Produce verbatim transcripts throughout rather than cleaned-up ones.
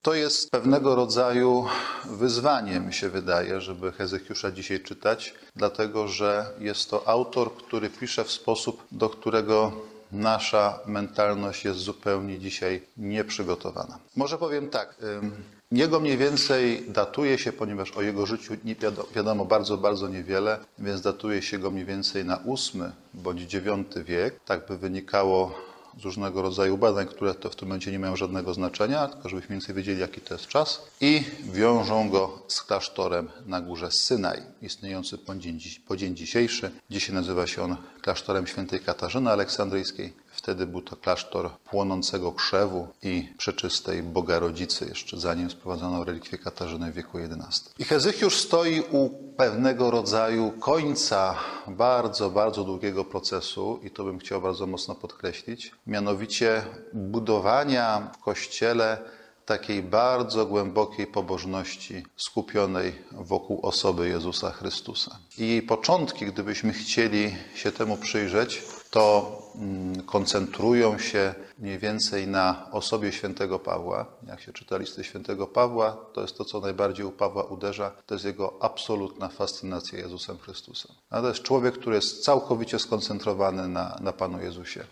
To jest pewnego rodzaju wyzwanie, mi się wydaje, żeby Hezekiusza dzisiaj czytać, dlatego że jest to autor, który pisze w sposób, do którego nasza mentalność jest zupełnie dzisiaj nieprzygotowana. Może powiem tak, jego mniej więcej datuje się, ponieważ o jego życiu nie wiadomo bardzo, bardzo niewiele, więc datuje się go mniej więcej na ósmy bądź dziewiąty wiek. Tak by wynikało z różnego rodzaju badań, które to w tym momencie nie mają żadnego znaczenia, tylko żebyśmy mniej więcej wiedzieli, jaki to jest czas. I wiążą go z klasztorem na górze Synaj, istniejący po dzień, po dzień dzisiejszy. Dzisiaj nazywa się on klasztorem świętej Katarzyny Aleksandryjskiej. Wtedy był to klasztor płonącego krzewu i przeczystej Bogarodzicy, jeszcze zanim sprowadzono relikwie Katarzyny w wieku jedenastym. I Hezykiusz stoi u pewnego rodzaju końca bardzo, bardzo długiego procesu, i to bym chciał bardzo mocno podkreślić, mianowicie budowania w Kościele takiej bardzo głębokiej pobożności skupionej wokół osoby Jezusa Chrystusa. I jej początki, gdybyśmy chcieli się temu przyjrzeć, to koncentrują się mniej więcej na osobie świętego Pawła. Jak się czyta listy świętego Pawła, to jest to, co najbardziej u Pawła uderza, to jest jego absolutna fascynacja Jezusem Chrystusem. A to jest człowiek, który jest całkowicie skoncentrowany na, na Panu Jezusie.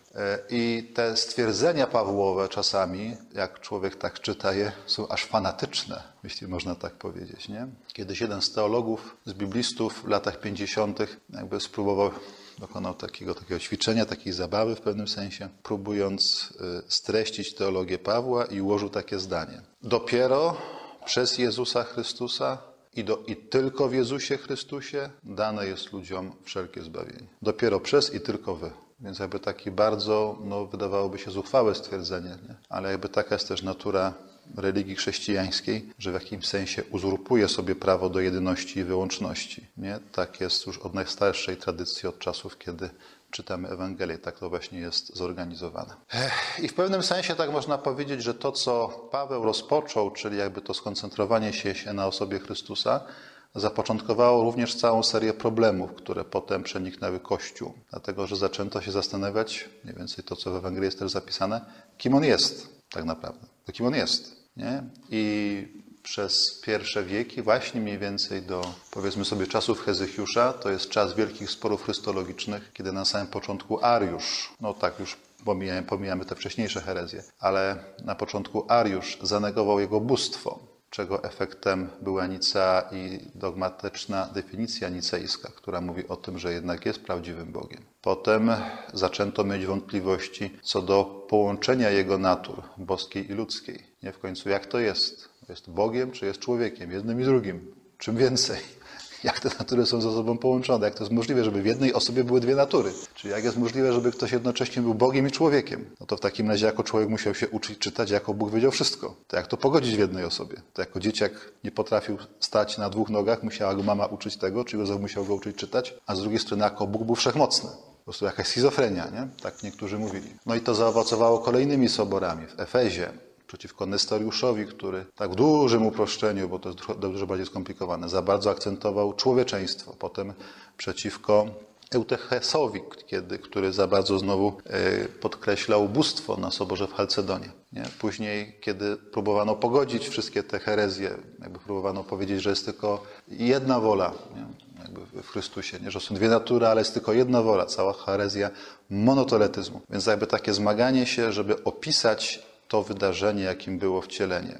I te stwierdzenia Pawłowe czasami, jak człowiek tak czyta je, są aż fanatyczne, jeśli można tak powiedzieć, nie? Kiedyś jeden z teologów, z biblistów w latach pięćdziesiątych jakby spróbował dokonał takiego, takiego ćwiczenia, takiej zabawy w pewnym sensie, próbując streścić teologię Pawła i ułożył takie zdanie. Dopiero przez Jezusa Chrystusa i, do, i tylko w Jezusie Chrystusie dane jest ludziom wszelkie zbawienie. Dopiero przez i tylko wy. Więc jakby takie bardzo, no wydawałoby się zuchwałe stwierdzenie, nie? Ale jakby taka jest też natura religii chrześcijańskiej, że w jakimś sensie uzurpuje sobie prawo do jedyności i wyłączności. Nie? Tak jest już od najstarszej tradycji, od czasów, kiedy czytamy Ewangelię. Tak to właśnie jest zorganizowane. I w pewnym sensie tak można powiedzieć, że to, co Paweł rozpoczął, czyli jakby to skoncentrowanie się na osobie Chrystusa, zapoczątkowało również całą serię problemów, które potem przeniknęły Kościół. Dlatego, że zaczęto się zastanawiać, mniej więcej to, co w Ewangelii jest też zapisane, kim on jest tak naprawdę. To kim on jest. Nie? I przez pierwsze wieki, właśnie mniej więcej do, powiedzmy sobie, czasów Hezykiusza, to jest czas wielkich sporów chrystologicznych, kiedy na samym początku Ariusz, no tak już pomijamy, pomijamy te wcześniejsze herezje, ale na początku Ariusz zanegował jego bóstwo, czego efektem była Nicea i dogmatyczna definicja nicejska, która mówi o tym, że jednak jest prawdziwym Bogiem. Potem zaczęto mieć wątpliwości co do połączenia jego natur, boskiej i ludzkiej. Nie w końcu jak to jest? Jest Bogiem czy jest człowiekiem? Jednym i drugim. Czym więcej? Jak te natury są ze sobą połączone? Jak to jest możliwe, żeby w jednej osobie były dwie natury? Czyli jak jest możliwe, żeby ktoś jednocześnie był Bogiem i człowiekiem? No to w takim razie jako człowiek musiał się uczyć czytać, jako Bóg wiedział wszystko. To jak to pogodzić w jednej osobie? To jako dzieciak nie potrafił stać na dwóch nogach, musiała go mama uczyć tego, czy Józef musiał go uczyć czytać, a z drugiej strony jako Bóg był wszechmocny. Po prostu jakaś schizofrenia, nie? Tak niektórzy mówili. No i to zaowocowało kolejnymi soborami w Efezie, przeciwko Nestoriuszowi, który tak w dużym uproszczeniu, bo to jest dużo bardziej skomplikowane, za bardzo akcentował człowieczeństwo. Potem przeciwko Eutychesowi, kiedy, który za bardzo znowu podkreślał bóstwo na soborze w Chalcedonie. Nie? Później, kiedy próbowano pogodzić wszystkie te herezje, jakby próbowano powiedzieć, że jest tylko jedna wola, nie? Jakby w Chrystusie, nie? Że są dwie natury, ale jest tylko jedna wola, cała herezja monotoletyzmu. Więc jakby takie zmaganie się, żeby opisać to wydarzenie, jakim było wcielenie.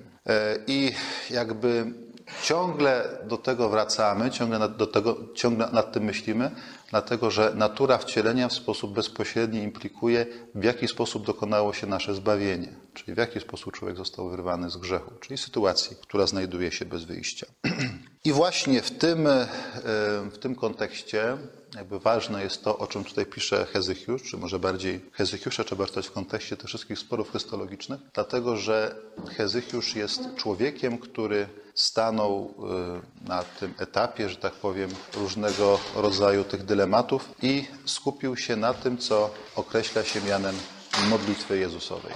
I jakby ciągle do tego wracamy, ciągle nad, do tego, ciągle nad tym myślimy, dlatego że natura wcielenia w sposób bezpośredni implikuje, w jaki sposób dokonało się nasze zbawienie, czyli w jaki sposób człowiek został wyrwany z grzechu, czyli sytuacji, która znajduje się bez wyjścia. I właśnie w tym, w tym kontekście jakby ważne jest to, o czym tutaj pisze Hezykiusz, czy może bardziej Hezykiusza trzeba czytać w kontekście tych wszystkich sporów chrystologicznych, dlatego że Hezykiusz jest człowiekiem, który stanął na tym etapie, że tak powiem, różnego rodzaju tych dylematów i skupił się na tym, co określa się mianem modlitwy Jezusowej.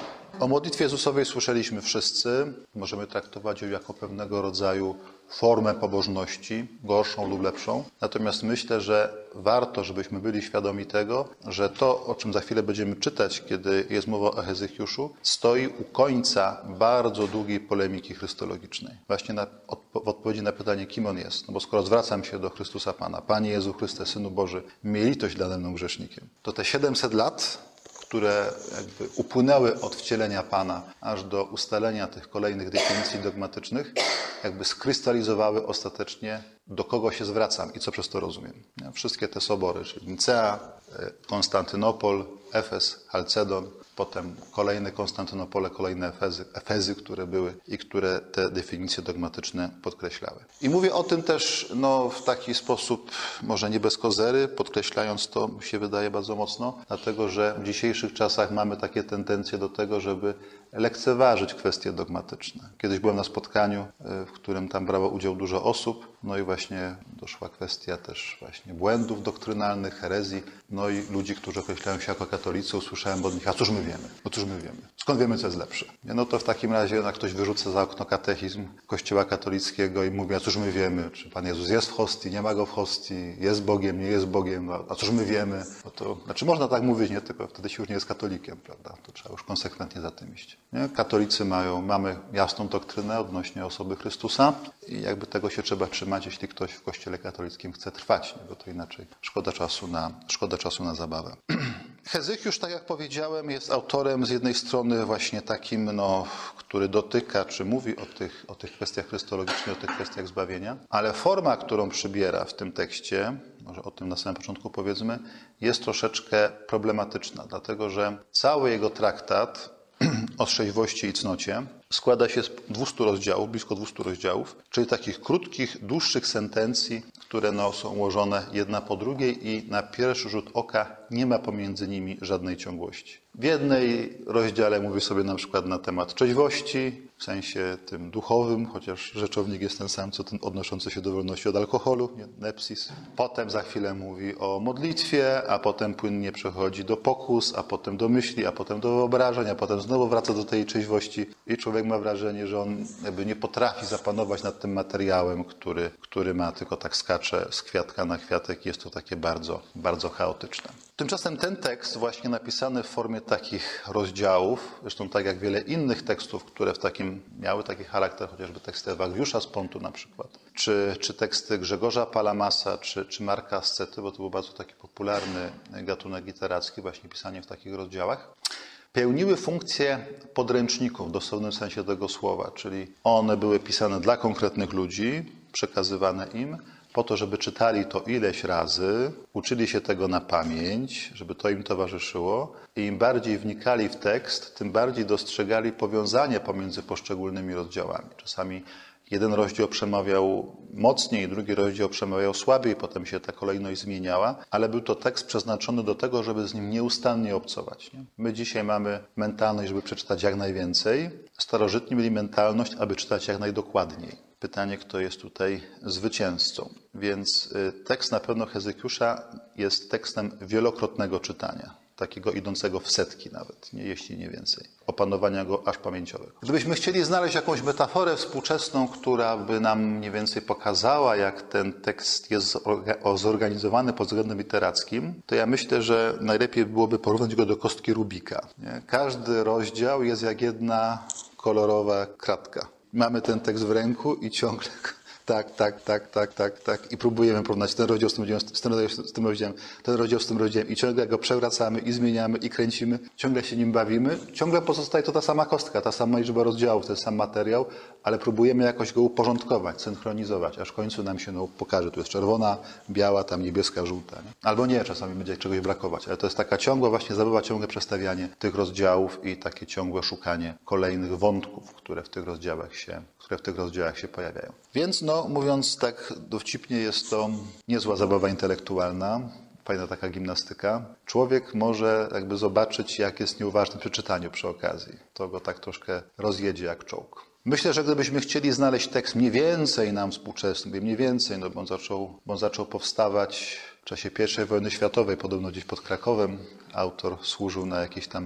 O modlitwie Jezusowej słyszeliśmy wszyscy. Możemy traktować ją jako pewnego rodzaju formę pobożności, gorszą lub lepszą. Natomiast myślę, że warto, żebyśmy byli świadomi tego, że to, o czym za chwilę będziemy czytać, kiedy jest mowa o Hezekiuszu, stoi u końca bardzo długiej polemiki chrystologicznej. Właśnie na, w odpowiedzi na pytanie, kim on jest. No bo skoro zwracam się do Chrystusa Pana, Panie Jezu Chryste, Synu Boży, miej litość nade mną grzesznikiem, to te siedemset lat, które jakby upłynęły od wcielenia Pana aż do ustalenia tych kolejnych definicji dogmatycznych, jakby skrystalizowały ostatecznie, do kogo się zwracam i co przez to rozumiem. Wszystkie te sobory, czyli Nicea, Konstantynopol, Efes, Chalcedon, potem kolejne Konstantynopole, kolejne Efezy, Efezy, które były i które te definicje dogmatyczne podkreślały. I mówię o tym też no, w taki sposób, może nie bez kozery, podkreślając to, mi się wydaje bardzo mocno, dlatego że w dzisiejszych czasach mamy takie tendencje do tego, żeby lekceważyć kwestie dogmatyczne. Kiedyś byłem na spotkaniu, w którym tam brało udział dużo osób, no i właśnie doszła kwestia też właśnie błędów doktrynalnych, herezji, no i ludzi, którzy określają się jako katolicy, usłyszałem od nich, a cóż my wiemy? No cóż my wiemy? Skąd wiemy, co jest lepsze? No to w takim razie jak ktoś wyrzuca za okno katechizm Kościoła katolickiego i mówi, a cóż my wiemy? Czy Pan Jezus jest w hostii, nie ma Go w hostii, jest Bogiem, nie jest Bogiem, a cóż my wiemy? No to, znaczy można tak mówić, nie? Tylko wtedy się już nie jest katolikiem, prawda? To trzeba już konsekwentnie za tym iść. Nie? Katolicy mają, mamy jasną doktrynę odnośnie osoby Chrystusa i jakby tego się trzeba trzymać, jeśli ktoś w Kościele katolickim chce trwać, nie? Bo to inaczej szkoda czasu na, szkoda czasu na zabawę. Hezekiusz, tak jak powiedziałem, jest autorem z jednej strony właśnie takim, no, który dotyka, czy mówi o tych, o tych kwestiach chrystologicznych, o tych kwestiach zbawienia, ale forma, którą przybiera w tym tekście, może o tym na samym początku powiedzmy, jest troszeczkę problematyczna, dlatego że cały jego traktat o trzeźwości i cnocie składa się z dwustu rozdziałów, blisko dwustu rozdziałów, czyli takich krótkich, dłuższych sentencji, które no, są ułożone jedna po drugiej i na pierwszy rzut oka nie ma pomiędzy nimi żadnej ciągłości. W jednej rozdziale mówi sobie na przykład na temat trzeźwości, w sensie tym duchowym, chociaż rzeczownik jest ten sam, co ten odnoszący się do wolności od alkoholu, nie? Nepsis. Potem za chwilę mówi o modlitwie, a potem płynnie przechodzi do pokus, a potem do myśli, a potem do wyobrażeń, a potem znowu wraca do tej trzeźwości i człowiek ma wrażenie, że on jakby nie potrafi zapanować nad tym materiałem, który, który ma, tylko tak skacze z kwiatka na kwiatek i jest to takie bardzo, bardzo chaotyczne. Tymczasem ten tekst właśnie napisany w formie takich rozdziałów, zresztą tak jak wiele innych tekstów, które w takim miały taki charakter, chociażby teksty Ewagiusza z Pontu na przykład, czy, czy teksty Grzegorza Palamasa, czy, czy Marka Ascety, bo to był bardzo taki popularny gatunek literacki, właśnie pisanie w takich rozdziałach, pełniły funkcję podręczników w dosłownym sensie tego słowa, czyli one były pisane dla konkretnych ludzi, przekazywane im, po to, żeby czytali to ileś razy, uczyli się tego na pamięć, żeby to im towarzyszyło i im bardziej wnikali w tekst, tym bardziej dostrzegali powiązania pomiędzy poszczególnymi rozdziałami. Czasami jeden rozdział przemawiał mocniej, drugi rozdział przemawiał słabiej, potem się ta kolejność zmieniała, ale był to tekst przeznaczony do tego, żeby z nim nieustannie obcować. Nie? My dzisiaj mamy mentalność, żeby przeczytać jak najwięcej. Starożytni mieli mentalność, aby czytać jak najdokładniej. Pytanie, kto jest tutaj zwycięzcą. Więc tekst na pewno Hezekiusza jest tekstem wielokrotnego czytania, takiego idącego w setki nawet, nie, jeśli nie więcej. Opanowania go aż pamięciowego. Gdybyśmy chcieli znaleźć jakąś metaforę współczesną, która by nam mniej więcej pokazała, jak ten tekst jest zorganizowany pod względem literackim, to ja myślę, że najlepiej byłoby porównać go do kostki Rubika. Nie? Każdy rozdział jest jak jedna kolorowa kratka. Mamy ten tekst w ręku i ciągle tak, tak, tak, tak, tak, tak i próbujemy porównać ten rozdział z tym rozdziałem, z tym rozdziałem, z tym rozdziałem, ten rozdział z tym rozdziałem i ciągle go przewracamy i zmieniamy i kręcimy, ciągle się nim bawimy, ciągle pozostaje to ta sama kostka, ta sama liczba rozdziałów, ten sam materiał, ale próbujemy jakoś go uporządkować, synchronizować, aż w końcu nam się no, pokaże, tu jest czerwona, biała, tam niebieska, żółta. Nie? Albo nie, czasami będzie czegoś brakować, ale to jest taka ciągła właśnie zabawa, ciągłe przestawianie tych rozdziałów i takie ciągłe szukanie kolejnych wątków, które w tych rozdziałach się, które w tych rozdziałach się pojawiają. Więc no, mówiąc tak dowcipnie, jest to niezła zabawa intelektualna, fajna taka gimnastyka. Człowiek może jakby zobaczyć, jak jest nieuważny przy czytaniu przy okazji. To go tak troszkę rozjedzie jak czołg. Myślę, że gdybyśmy chcieli znaleźć tekst mniej więcej nam współczesny, mniej więcej, no bo on zaczął, bo on zaczął powstawać w czasie pierwszej wojny światowej, podobno gdzieś pod Krakowem. Autor służył na jakiejś tam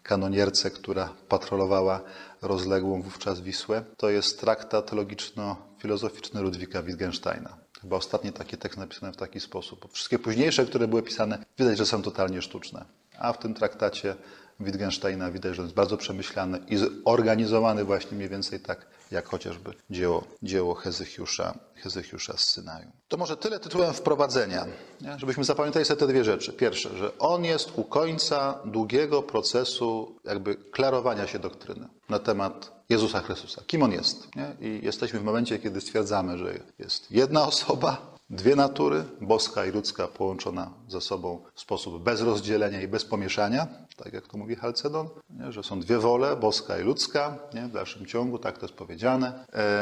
kanonierce, która patrolowała rozległą wówczas Wisłę. To jest traktat logiczno-filozoficzny Ludwika Wittgensteina. Chyba ostatni taki tekst napisany w taki sposób. Wszystkie późniejsze, które były pisane, widać, że są totalnie sztuczne. A w tym traktacie Wittgensteina widać, że jest bardzo przemyślany i zorganizowany właśnie mniej więcej tak, jak chociażby dzieło, dzieło Hezychiusza, Hezychiusza z Synaju. To może tyle tytułem wprowadzenia, nie? Żebyśmy zapamiętali sobie te dwie rzeczy. Pierwsze, że on jest u końca długiego procesu jakby klarowania się doktryny na temat Jezusa Chrystusa. Kim on jest? Nie? I jesteśmy w momencie, kiedy stwierdzamy, że jest jedna osoba, dwie natury, boska i ludzka, połączona ze sobą w sposób bez rozdzielenia i bez pomieszania, tak jak to mówi Chalcedon, nie? Że są dwie wole, boska i ludzka, nie? W dalszym ciągu, tak to jest powiedziane.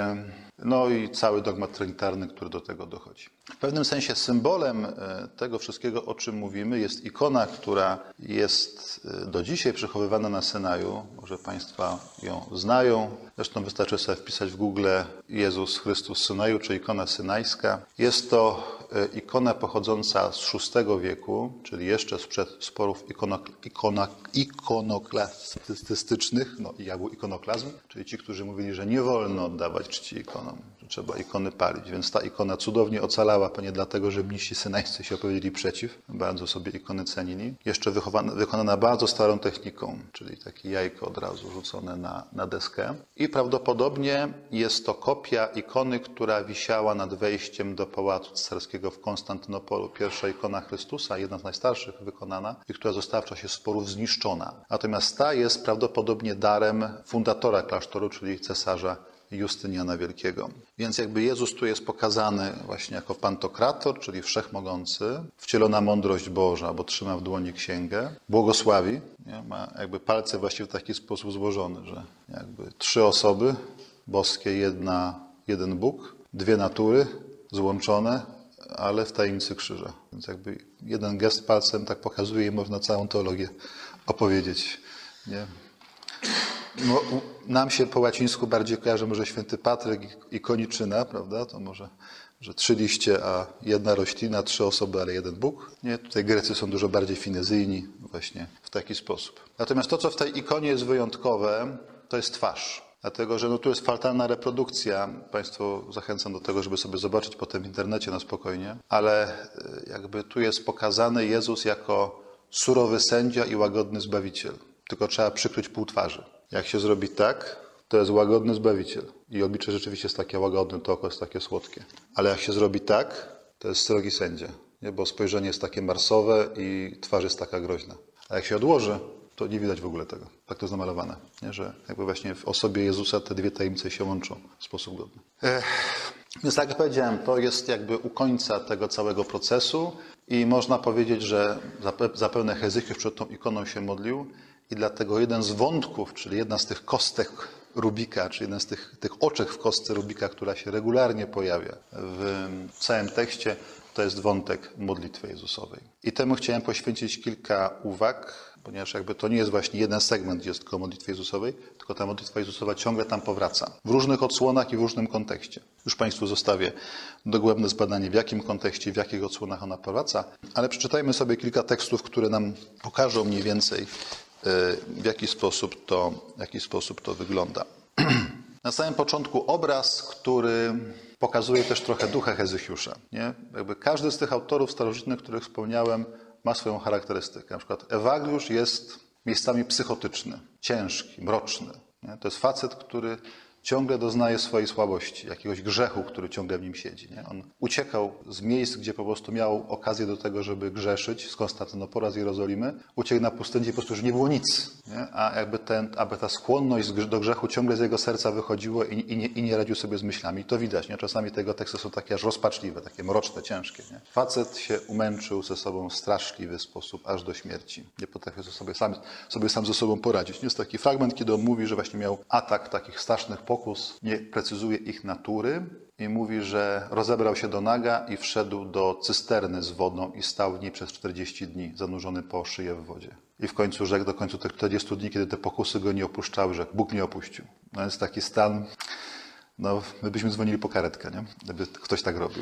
No i cały dogmat trinitarny, który do tego dochodzi. W pewnym sensie symbolem tego wszystkiego, o czym mówimy, jest ikona, która jest do dzisiaj przechowywana na Synaju. Może Państwa ją znają. Zresztą wystarczy sobie wpisać w Google Jezus Chrystus Synaju, czy ikona synajska. Jest to ikona pochodząca z szóstego wieku, czyli jeszcze sprzed sporów ikonok- ikona- ikonoklastycznych, no i jak był ikonoklazm, czyli ci, którzy mówili, że nie wolno oddawać czci ikonom, że trzeba ikony palić. Więc ta ikona cudownie ocalała, pewnie dlatego, że mnisi synajscy się opowiedzieli przeciw, bardzo sobie ikony cenili. Jeszcze wychowana, wykonana bardzo starą techniką, czyli takie jajko od razu rzucone na, na deskę. I prawdopodobnie jest to kopia ikony, która wisiała nad wejściem do Pałacu Cesarskiego w Konstantynopolu. Pierwsza ikona Chrystusa, jedna z najstarszych wykonana i która została w czasie sporów zniszczona. Natomiast ta jest prawdopodobnie darem fundatora klasztoru, czyli cesarza Justyniana Wielkiego. Więc jakby Jezus tu jest pokazany właśnie jako pantokrator, czyli wszechmogący, wcielona mądrość Boża, bo trzyma w dłoni księgę, błogosławi, nie? Ma jakby palce właściwie w taki sposób złożone, że jakby trzy osoby boskie, jedna, jeden Bóg, dwie natury złączone, ale w tajemnicy krzyża. Więc jakby jeden gest palcem tak pokazuje i można całą teologię opowiedzieć. Nie? No, nam się po łacińsku bardziej kojarzy może święty Patryk i koniczyna, prawda? To może, że trzy liście, a jedna roślina, trzy osoby, ale jeden Bóg. Nie? Tutaj Grecy są dużo bardziej finezyjni właśnie w taki sposób. Natomiast to, co w tej ikonie jest wyjątkowe, to jest twarz. Dlatego, że no tu jest faltalna reprodukcja. Państwo zachęcam do tego, żeby sobie zobaczyć potem w internecie na spokojnie. Ale jakby tu jest pokazany Jezus jako surowy sędzia i łagodny Zbawiciel. Tylko trzeba przykryć pół twarzy. Jak się zrobi tak, to jest łagodny Zbawiciel. I oblicze rzeczywiście jest takie łagodne, to oko jest takie słodkie. Ale jak się zrobi tak, to jest srogi sędzia. Nie? Bo spojrzenie jest takie marsowe i twarz jest taka groźna. A jak się odłoży, to nie widać w ogóle tego. Tak to jest namalowane. Nie? Że jakby właśnie w osobie Jezusa te dwie tajemnice się łączą w sposób godny. Ech. Więc tak jak powiedziałem, to jest jakby u końca tego całego procesu i można powiedzieć, że zapewne Hezychiusz przed tą ikoną się modlił i dlatego jeden z wątków, czyli jedna z tych kostek Rubika, czy jeden z tych, tych oczek w kostce Rubika, która się regularnie pojawia w całym tekście, to jest wątek modlitwy Jezusowej. I temu chciałem poświęcić kilka uwag, ponieważ jakby to nie jest właśnie jeden segment, gdzie jest tylko modlitwy Jezusowej, tylko ta modlitwa Jezusowa ciągle tam powraca. W różnych odsłonach i w różnym kontekście. Już Państwu zostawię dogłębne zbadanie, w jakim kontekście, w jakich odsłonach ona powraca, ale przeczytajmy sobie kilka tekstów, które nam pokażą mniej więcej, w jaki sposób to, w jaki sposób to wygląda. Na samym początku obraz, który pokazuje też trochę ducha Hezychiusza. Nie? Jakby każdy z tych autorów starożytnych, których wspomniałem, ma swoją charakterystykę. Na przykład Ewagliusz jest miejscami psychotyczny, ciężki, mroczny. Nie? To jest facet, który ciągle doznaje swojej słabości, jakiegoś grzechu, który ciągle w nim siedzi. Nie? On uciekał z miejsc, gdzie po prostu miał okazję do tego, żeby grzeszyć, z Konstantynopola, z Jerozolimy. Uciekł na pustynię, gdzie po prostu już nie było nic. Nie? A jakby ten, aby ta skłonność do grzechu ciągle z jego serca wychodziło i, i, nie, i nie radził sobie z myślami. To widać. Nie? Czasami tego teksty są takie aż rozpaczliwe, takie mroczne, ciężkie. Nie? Facet się umęczył ze sobą w straszliwy sposób, aż do śmierci. Nie potrafił sobie sam, sobie sam ze sobą poradzić. Jest taki fragment, kiedy on mówi, że właśnie miał atak takich strasznych pokus, nie precyzuje ich natury i mówi, że rozebrał się do naga i wszedł do cysterny z wodą i stał w niej przez czterdzieści dni, zanurzony po szyję w wodzie. I w końcu rzekł do końca tych czterdziestu dni, kiedy te pokusy go nie opuszczały, że Bóg mnie opuścił. No więc taki stan, no my byśmy dzwonili po karetkę, nie? Gdyby ktoś tak robił.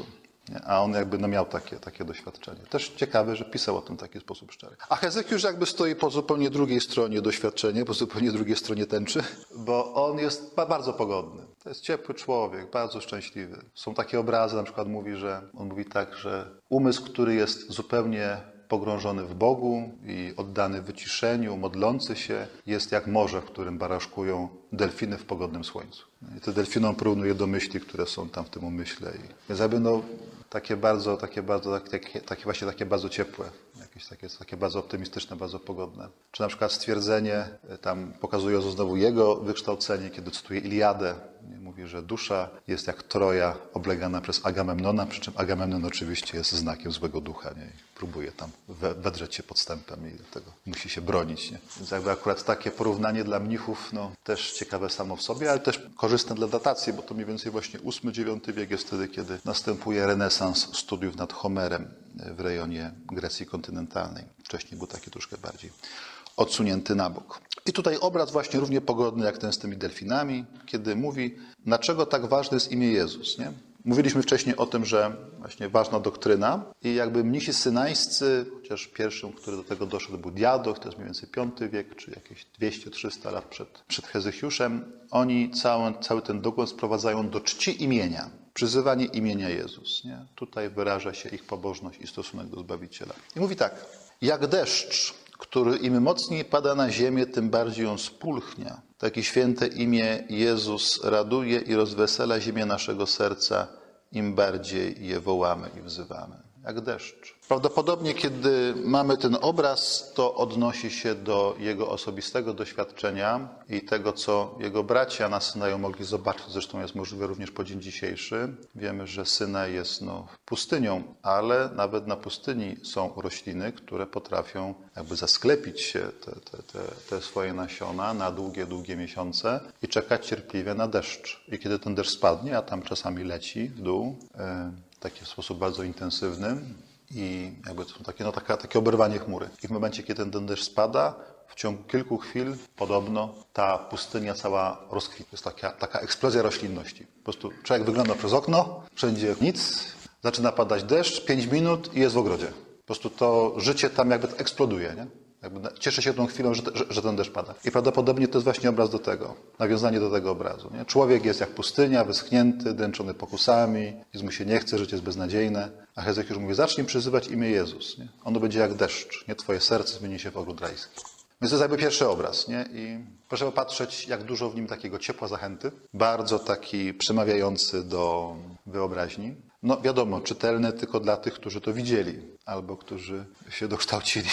Nie? A on jakby no miał takie, takie doświadczenie. Też ciekawe, że pisał o tym w taki sposób szczery. A Hezekiusz jakby stoi po zupełnie drugiej stronie doświadczenia, po zupełnie drugiej stronie tęczy, bo on jest bardzo pogodny. To jest ciepły człowiek, bardzo szczęśliwy. Są takie obrazy, na przykład mówi, że on mówi tak, że umysł, który jest zupełnie pogrążony w Bogu i oddany wyciszeniu, modlący się, jest jak morze, w którym baraszkują delfiny w pogodnym słońcu. I te delfiny on porównuje do myśli, które są tam w tym umyśle. I więc jakby no, takie bardzo, takie bardzo, takie, takie właśnie takie bardzo ciepłe, jakieś takie, takie bardzo optymistyczne, bardzo pogodne. Czy na przykład stwierdzenie, tam pokazuje znowu jego wykształcenie, kiedy cytuje Iliadę, mówi, że dusza jest jak Troja oblegana przez Agamemnona, przy czym Agamemnon oczywiście jest znakiem złego ducha, nie? I próbuje tam we, wedrzeć się podstępem i dlatego musi się bronić. Nie? Więc jakby akurat takie porównanie dla mnichów, no też ciekawe samo w sobie, ale też korzystne dla datacji, bo to mniej więcej właśnie ósmy dziewiąty wiek jest wtedy, kiedy następuje renesans studiów nad Homerem w rejonie Grecji kontynentalnej. Wcześniej był taki troszkę bardziej odsunięty na bok. I tutaj obraz właśnie równie pogodny jak ten z tymi delfinami, kiedy mówi, dlaczego tak ważne jest imię Jezus. Nie? Mówiliśmy wcześniej o tym, że właśnie ważna doktryna i jakby mnisi synajscy, chociaż pierwszym, który do tego doszedł, był Diadoch, to jest mniej więcej piąty wiek, czy jakieś dwieście trzysta lat przed, przed Hezekiuszem, oni cały, cały ten dogłęb sprowadzają do czci imienia. Przyzywanie imienia Jezus. Nie? Tutaj wyraża się ich pobożność i stosunek do Zbawiciela. I mówi tak, jak deszcz, który im mocniej pada na ziemię, tym bardziej on spulchnia. Takie święte imię Jezus raduje i rozwesela ziemię naszego serca, im bardziej je wołamy i wzywamy. Jak deszcz. Prawdopodobnie, kiedy mamy ten obraz, to odnosi się do jego osobistego doświadczenia i tego, co jego bracia na Synaju mogli zobaczyć. Zresztą jest możliwe również po dzień dzisiejszy. Wiemy, że Synaj jest no, pustynią, ale nawet na pustyni są rośliny, które potrafią jakby zasklepić się te, te, te, te swoje nasiona na długie, długie miesiące i czekać cierpliwie na deszcz. I kiedy ten deszcz spadnie, a tam czasami leci w dół, w taki sposób bardzo intensywny i jakby to są takie, no, taka, takie oberwanie chmury. I w momencie, kiedy ten deszcz spada, w ciągu kilku chwil podobno ta pustynia cała rozkwitnie. To jest taka, taka eksplozja roślinności. Po prostu człowiek wygląda przez okno, wszędzie nic, zaczyna padać deszcz, pięć minut i jest w ogrodzie. Po prostu to życie tam jakby eksploduje, nie? Jakby cieszę się tą chwilą, że, że, że ten deszcz pada. I prawdopodobnie to jest właśnie obraz do tego, nawiązanie do tego obrazu. Nie? Człowiek jest jak pustynia, wyschnięty, dręczony pokusami, nic mu się nie chce, życie jest beznadziejne. A Hezekiusz mówi, zacznij przyzywać imię Jezus. Nie? Ono będzie jak deszcz, nie? Twoje serce zmieni się w ogród rajski. Więc to jest jakby pierwszy obraz. Nie? I proszę popatrzeć, jak dużo w nim takiego ciepła zachęty, bardzo taki przemawiający do wyobraźni. No wiadomo, czytelny tylko dla tych, którzy to widzieli, albo którzy się dokształcili,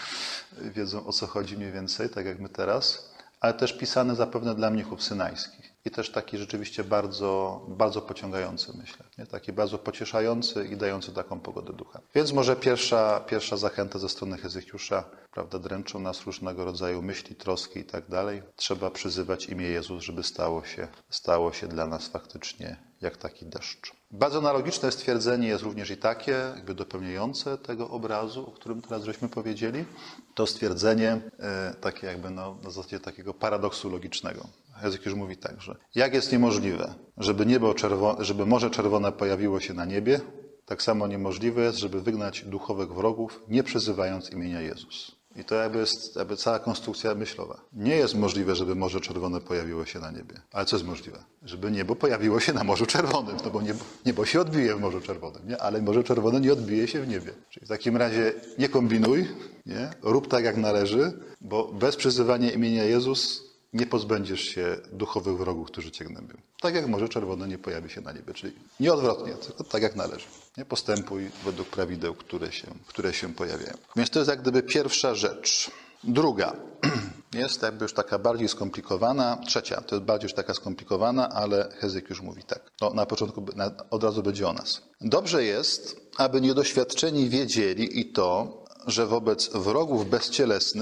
wiedzą o co chodzi mniej więcej, tak jak my teraz, ale też pisany zapewne dla mnichów synajskich. I też taki rzeczywiście bardzo, bardzo pociągający, myślę. Nie? Taki bardzo pocieszający i dający taką pogodę ducha. Więc może pierwsza, pierwsza zachęta ze strony Hezekiusza, prawda, dręczą nas różnego rodzaju myśli, troski i tak dalej. Trzeba przyzywać imię Jezus, żeby stało się, stało się dla nas faktycznie jak taki deszcz. Bardzo analogiczne stwierdzenie jest również i takie, jakby dopełniające tego obrazu, o którym teraz żeśmy powiedzieli. To stwierdzenie e, takie jakby no, na zasadzie takiego paradoksu logicznego. Hezekiusz mówi tak, że jak jest niemożliwe, żeby, niebo czerwone, żeby Morze Czerwone pojawiło się na niebie, tak samo niemożliwe jest, żeby wygnać duchowych wrogów, nie przyzywając imienia Jezus. I to jakby jest jakby cała konstrukcja myślowa. Nie jest możliwe, żeby Morze Czerwone pojawiło się na niebie. Ale co jest możliwe? Żeby niebo pojawiło się na Morzu Czerwonym, no bo niebo, niebo się odbije w Morzu Czerwonym, nie? Ale Morze Czerwone nie odbije się w niebie. Czyli w takim razie nie kombinuj, nie? Rób tak jak należy, bo bez przyzywania imienia Jezus nie pozbędziesz się duchowych wrogów, którzy cię gnębią. Tak jak Morze Czerwone nie pojawi się na niebie, czyli nie odwrotnie, tylko tak jak należy. Nie postępuj według prawideł, które się, które się pojawiają. Więc to jest jak gdyby pierwsza rzecz. Druga jest jakby już taka bardziej skomplikowana. Trzecia to jest bardziej już taka skomplikowana, ale Hezekiusz mówi tak. No, na początku na, od razu będzie o nas. Dobrze jest, aby niedoświadczeni wiedzieli i to, że wobec wrogów bezcielesnych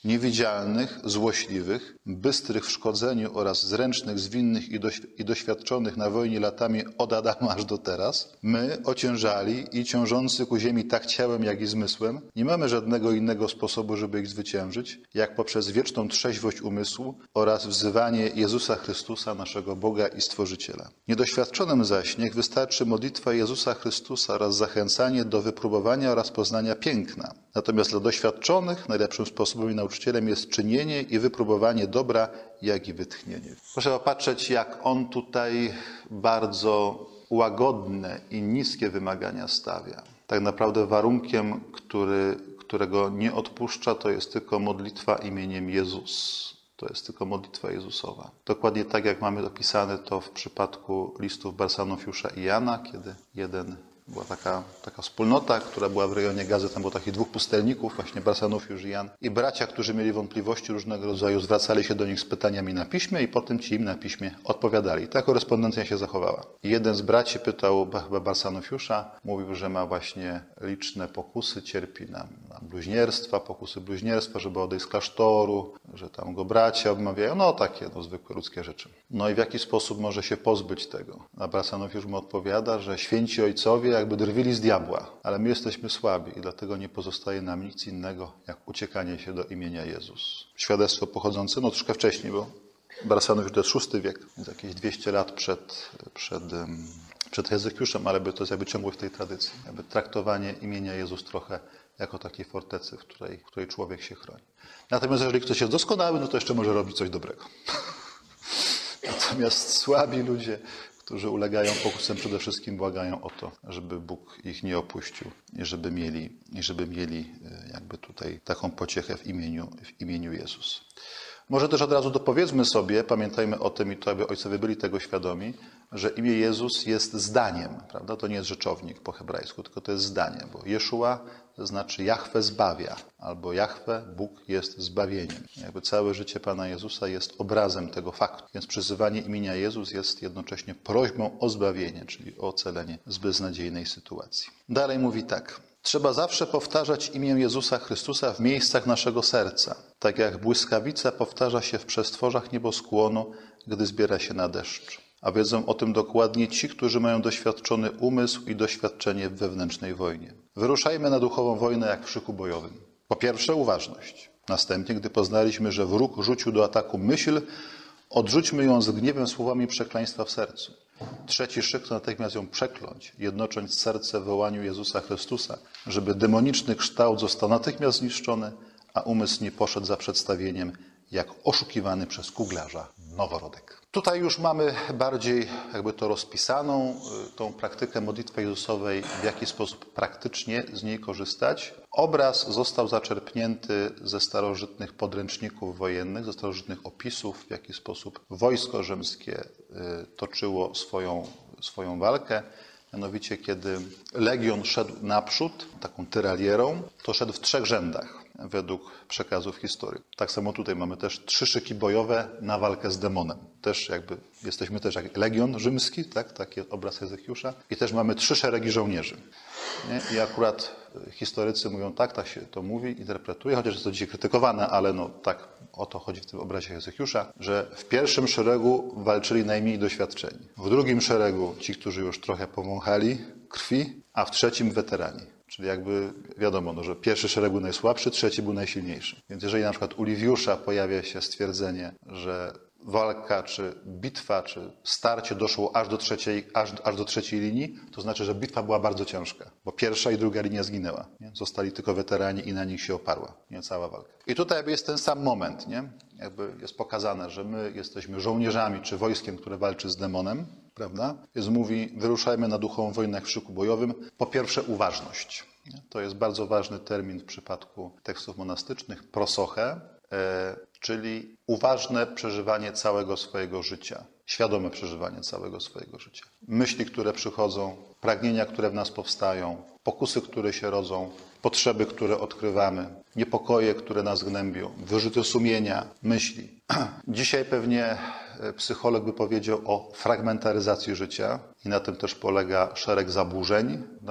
niewidzialnych, złośliwych, bystrych w szkodzeniu oraz zręcznych, zwinnych i, doś- i doświadczonych na wojnie latami od Adama aż do teraz, my, ociężali i ciążący ku ziemi tak ciałem, jak i zmysłem, nie mamy żadnego innego sposobu, żeby ich zwyciężyć, jak poprzez wieczną trzeźwość umysłu oraz wzywanie Jezusa Chrystusa, naszego Boga i Stworzyciela. Niedoświadczonym zaś niech wystarczy modlitwa Jezusa Chrystusa oraz zachęcanie do wypróbowania oraz poznania piękna. Natomiast dla doświadczonych najlepszym sposobem i nauczycielem jest czynienie i wypróbowanie dobra, jak i wytchnienie. Proszę popatrzeć, jak on tutaj bardzo łagodne i niskie wymagania stawia. Tak naprawdę warunkiem, który, którego nie odpuszcza, to jest tylko modlitwa imieniem Jezus. To jest tylko modlitwa Jezusowa. Dokładnie tak, jak mamy opisane to w przypadku listów Barsanofiusza i Jana, kiedy jeden była taka, taka wspólnota, która była w rejonie Gazy, tam było takich dwóch pustelników, właśnie Barsanofiusz i Jan. I bracia, którzy mieli wątpliwości różnego rodzaju, zwracali się do nich z pytaniami na piśmie i potem ci im na piśmie odpowiadali. Ta korespondencja się zachowała. I jeden z braci pytał chyba Barsanofiusza, mówił, że ma właśnie liczne pokusy, cierpi na, na bluźnierstwa, pokusy bluźnierstwa, żeby odejść z klasztoru, że tam go bracia obmawiają, no takie no, zwykłe ludzkie rzeczy. No i w jaki sposób może się pozbyć tego? A Barsanofiusz mu odpowiada, że święci ojcowie jakby drwili z diabła, ale my jesteśmy słabi i dlatego nie pozostaje nam nic innego, jak uciekanie się do imienia Jezus. Świadectwo pochodzące, no troszkę wcześniej, bo Barsanofiusz to jest szósty wiek, więc jakieś dwieście lat przed, przed, przed Hezekiuszem, ale to jest jakby ciągłość tej tradycji. Jakby traktowanie imienia Jezus trochę jako takiej fortecy, w której, w której człowiek się chroni. Natomiast jeżeli ktoś jest doskonały, no to jeszcze może robić coś dobrego. Natomiast słabi ludzie, którzy ulegają pokusem, przede wszystkim błagają o to, żeby Bóg ich nie opuścił i żeby mieli, i żeby mieli jakby tutaj taką pociechę w imieniu, w imieniu Jezus. Może też od razu dopowiedzmy sobie, pamiętajmy o tym i to, aby ojcowie byli tego świadomi, że imię Jezus jest zdaniem, prawda? To nie jest rzeczownik po hebrajsku, tylko to jest zdanie, bo Jeszua to znaczy Jahwe zbawia, albo Jahwe, Bóg jest zbawieniem. Jakby całe życie Pana Jezusa jest obrazem tego faktu. Więc przyzywanie imienia Jezus jest jednocześnie prośbą o zbawienie, czyli o ocalenie z beznadziejnej sytuacji. Dalej mówi tak. Trzeba zawsze powtarzać imię Jezusa Chrystusa w miejscach naszego serca, tak jak błyskawica powtarza się w przestworzach nieboskłonu, gdy zbiera się na deszcz. A wiedzą o tym dokładnie ci, którzy mają doświadczony umysł i doświadczenie w wewnętrznej wojnie. Wyruszajmy na duchową wojnę jak w szyku bojowym. Po pierwsze uważność. Następnie, gdy poznaliśmy, że wróg rzucił do ataku myśl, odrzućmy ją z gniewem słowami przekleństwa w sercu. Trzeci szyk to natychmiast ją przekląć, jednocząc serce w wołaniu Jezusa Chrystusa, żeby demoniczny kształt został natychmiast zniszczony, a umysł nie poszedł za przedstawieniem, jak oszukiwany przez kuglarza noworodek. Tutaj już mamy bardziej jakby to rozpisaną, tą praktykę modlitwy Jezusowej, w jaki sposób praktycznie z niej korzystać. Obraz został zaczerpnięty ze starożytnych podręczników wojennych, ze starożytnych opisów, w jaki sposób wojsko rzymskie toczyło swoją, swoją walkę. Mianowicie, kiedy legion szedł naprzód, taką tyralierą, to szedł w trzech rzędach, według przekazów historii. Tak samo tutaj mamy też trzy szyki bojowe na walkę z demonem. Też jakby jesteśmy też jak legion rzymski, tak? Taki obraz Hezekiusza. I też mamy trzy szeregi żołnierzy. Nie? I akurat historycy mówią tak, tak się to mówi, interpretuje, chociaż jest to dzisiaj krytykowane, ale no tak o to chodzi w tym obrazie Hezekiusza, że w pierwszym szeregu walczyli najmniej doświadczeni. W drugim szeregu ci, którzy już trochę powąchali krwi, a w trzecim weterani. Czyli jakby wiadomo, no, że pierwszy szereg był najsłabszy, trzeci był najsilniejszy. Więc jeżeli na przykład u Liwiusza pojawia się stwierdzenie, że walka, czy bitwa, czy starcie doszło aż do trzeciej, aż, aż do trzeciej linii, to znaczy, że bitwa była bardzo ciężka, bo pierwsza i druga linia zginęła. Nie? Zostali tylko weterani i na nich się oparła, nie cała walka. I tutaj jakby jest ten sam moment, nie? Jakby jest pokazane, że my jesteśmy żołnierzami, czy wojskiem, które walczy z demonem, prawda? Więc mówi, wyruszajmy na duchową wojnę jak w szyku bojowym. Po pierwsze uważność. Nie? To jest bardzo ważny termin w przypadku tekstów monastycznych, prosoche, e, czyli uważne przeżywanie całego swojego życia, świadome przeżywanie całego swojego życia. Myśli, które przychodzą, pragnienia, które w nas powstają, pokusy, które się rodzą, potrzeby, które odkrywamy, niepokoje, które nas gnębią, wyrzuty sumienia, myśli. Dzisiaj pewnie psycholog by powiedział o fragmentaryzacji życia i na tym też polega szereg zaburzeń, da?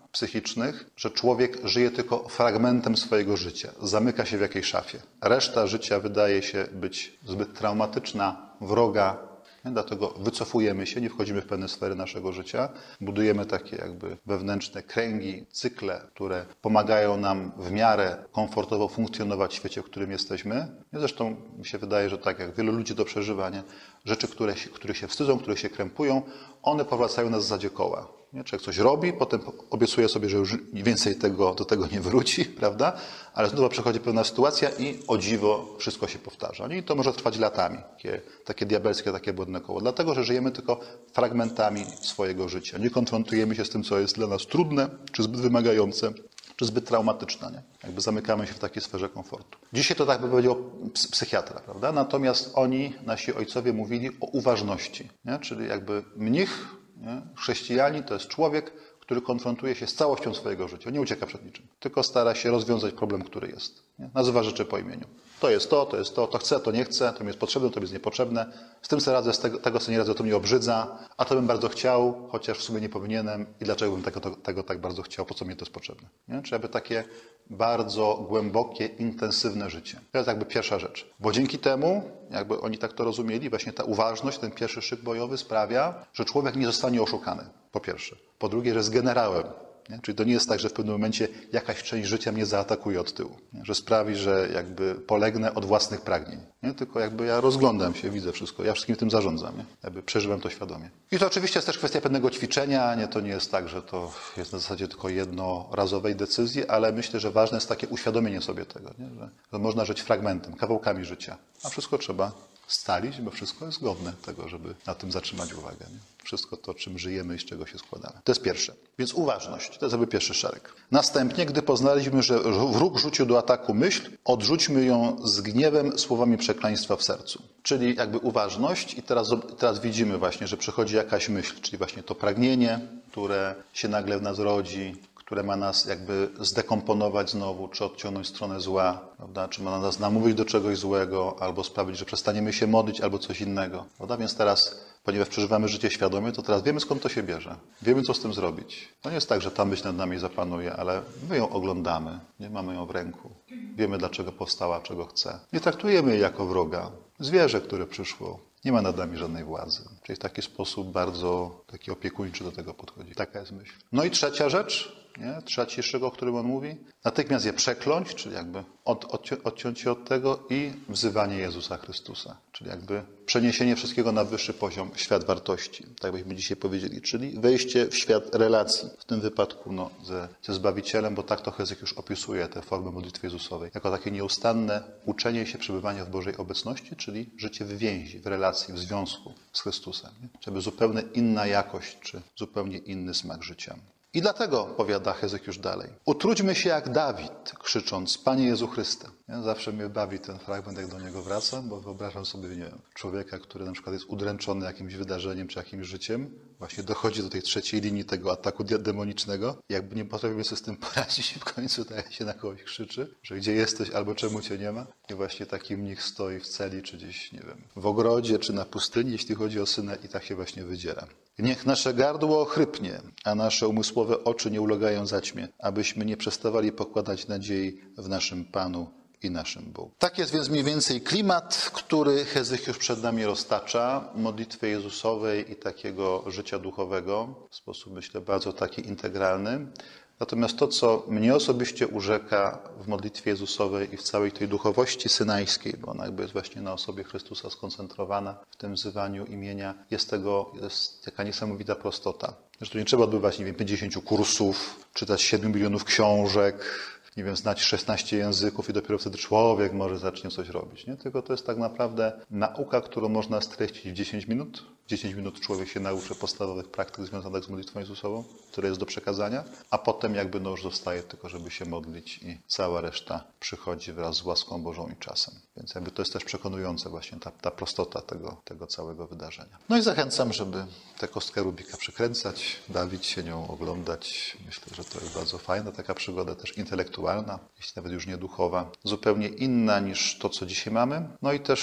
psychicznych, że człowiek żyje tylko fragmentem swojego życia, zamyka się w jakiejś szafie. Reszta życia wydaje się być zbyt traumatyczna, wroga, nie? Dlatego wycofujemy się, nie wchodzimy w pewne sfery naszego życia, budujemy takie jakby wewnętrzne kręgi, cykle, które pomagają nam w miarę komfortowo funkcjonować w świecie, w którym jesteśmy. Zresztą mi się wydaje, że tak jak wielu ludzi to przeżywa, nie? Rzeczy, które się, których się wstydzą, które się krępują, one powracają na zasadzie koła. Nie? Człowiek coś robi, potem obiecuje sobie, że już więcej tego, do tego nie wróci, prawda? Ale znowu przychodzi pewna sytuacja i o dziwo wszystko się powtarza. Nie? I to może trwać latami, takie, takie diabelskie, takie błędne koło. Dlatego, że żyjemy tylko fragmentami swojego życia. Nie konfrontujemy się z tym, co jest dla nas trudne, czy zbyt wymagające, czy zbyt traumatyczne. Nie? Jakby zamykamy się w takiej sferze komfortu. Dzisiaj to tak by powiedział psychiatra, prawda? Natomiast oni, nasi ojcowie, mówili o uważności. Nie? Czyli jakby mnich, nie? Chrześcijanin to jest człowiek, który konfrontuje się z całością swojego życia. Nie ucieka przed niczym, tylko stara się rozwiązać problem, który jest. Nie? Nazywa rzeczy po imieniu. To jest to, to jest to, to chcę, to nie chcę, to mi jest potrzebne, to mi jest niepotrzebne. Z tym sobie radzę, z tego, tego sobie nie radzę, to mnie obrzydza, a to bym bardzo chciał, chociaż w sumie nie powinienem i dlaczego bym tego, tego tak bardzo chciał, po co mi to jest potrzebne. Nie? Czyli jakby takie bardzo głębokie, intensywne życie. To jest jakby pierwsza rzecz. Bo dzięki temu, jakby oni tak to rozumieli, właśnie ta uważność, ten pierwszy szyk bojowy sprawia, że człowiek nie zostanie oszukany, po pierwsze. Po drugie, że jest generałem. Nie? Czyli to nie jest tak, że w pewnym momencie jakaś część życia mnie zaatakuje od tyłu. Nie? Że sprawi, że jakby polegnę od własnych pragnień. Nie? Tylko jakby ja rozglądam się, widzę wszystko. Ja wszystkim tym zarządzam. Nie? Jakby przeżywam to świadomie. I to oczywiście jest też kwestia pewnego ćwiczenia. Nie? To nie jest tak, że to jest na zasadzie tylko jednorazowej decyzji, ale myślę, że ważne jest takie uświadomienie sobie tego, nie? Że, że można żyć fragmentem, kawałkami życia. A wszystko trzeba scalić, bo wszystko jest godne tego, żeby na tym zatrzymać uwagę. Nie? Wszystko to, czym żyjemy i z czego się składamy. To jest pierwsze. Więc uważność. To jest jakby pierwszy szereg. Następnie, gdy poznaliśmy, że wróg rzucił do ataku myśl, odrzućmy ją z gniewem słowami przekleństwa w sercu. Czyli jakby uważność i teraz, teraz widzimy właśnie, że przychodzi jakaś myśl, czyli właśnie to pragnienie, które się nagle w nas rodzi, które ma nas jakby zdekomponować znowu, czy odciągnąć w stronę zła, prawda? Czy ma nas namówić do czegoś złego, albo sprawić, że przestaniemy się modlić, albo coś innego. Prawda? Więc teraz, ponieważ przeżywamy życie świadomie, to teraz wiemy, skąd to się bierze. Wiemy, co z tym zrobić. To nie jest tak, że ta myśl nad nami zapanuje, ale my ją oglądamy, nie mamy ją w ręku. Wiemy, dlaczego powstała, czego chce. Nie traktujemy jej jako wroga. Zwierzę, które przyszło, nie ma nad nami żadnej władzy. Czyli w taki sposób bardzo taki opiekuńczy do tego podchodzi. Taka jest myśl. No i trzecia rzecz, nie? Trzeci szyk, o którym on mówi, natychmiast je przekląć, czyli jakby od, odci odciąć się od tego i wzywanie Jezusa Chrystusa. Czyli jakby przeniesienie wszystkiego na wyższy poziom, świat wartości. Tak byśmy dzisiaj powiedzieli. Czyli wejście w świat relacji. W tym wypadku no, ze, ze Zbawicielem, bo tak to Hezekiusz opisuje tę formę modlitwy Jezusowej. Jako takie nieustanne uczenie się przebywania w Bożej obecności, czyli życie w więzi, w relacji, w związku z Chrystusem. Nie? Czyli zupełnie inna jakość, czy zupełnie inny smak życia. I dlatego, powiada Hezekiusz dalej, utrudźmy się jak Dawid, krzycząc, Panie Jezu Chryste. Nie? Zawsze mnie bawi ten fragment, jak do niego wracam, bo wyobrażam sobie, nie wiem, człowieka, który na przykład jest udręczony jakimś wydarzeniem czy jakimś życiem, właśnie dochodzi do tej trzeciej linii tego ataku demonicznego. Jakby nie potrafimy sobie z tym poradzić w końcu tak się na kogoś krzyczy, że gdzie jesteś albo czemu cię nie ma. I właśnie taki mnich stoi w celi, czy gdzieś, nie wiem, w ogrodzie, czy na pustyni, jeśli chodzi o syna i tak się właśnie wydziera. Niech nasze gardło chrypnie, a nasze umysłowe oczy nie ulegają zaćmie, abyśmy nie przestawali pokładać nadziei w naszym Panu i naszym Bogu. Tak jest więc mniej więcej klimat, który Hezekiusz przed nami roztacza, modlitwy Jezusowej i takiego życia duchowego, w sposób, myślę, bardzo taki integralny. Natomiast to, co mnie osobiście urzeka w modlitwie Jezusowej i w całej tej duchowości synajskiej, bo ona jakby jest właśnie na osobie Chrystusa skoncentrowana w tym wzywaniu imienia, jest tego, jest taka niesamowita prostota. Że tu nie trzeba odbywać, nie wiem, pięćdziesięciu kursów, czytać siedmiu milionów książek, nie wiem, znać szesnaście języków i dopiero wtedy człowiek może zacznie coś robić. Nie? Tylko to jest tak naprawdę nauka, którą można streścić w dziesięć minut. W dziesięć minut człowiek się nauczy podstawowych praktyk związanych z modlitwą Jezusową, które jest do przekazania, a potem jakby no już zostaje tylko, żeby się modlić i cała reszta przychodzi wraz z łaską Bożą i czasem. Więc jakby to jest też przekonujące właśnie ta, ta prostota tego, tego całego wydarzenia. No i zachęcam, żeby tę kostkę Rubika przekręcać, bawić się nią, oglądać. Myślę, że to jest bardzo fajna taka przygoda, też intelektualna, jeśli nawet już nie duchowa. Zupełnie inna niż to, co dzisiaj mamy. No i też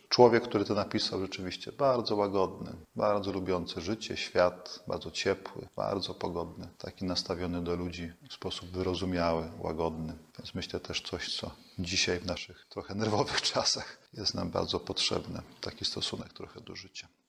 człowiek, który to napisał, rzeczywiście bardzo łagodny, bardzo lubiący życie, świat, bardzo ciepły, bardzo pogodny, taki nastawiony do ludzi w sposób wyrozumiały, łagodny. Więc myślę też coś, co dzisiaj w naszych trochę nerwowych czasach jest nam bardzo potrzebne, taki stosunek trochę do życia.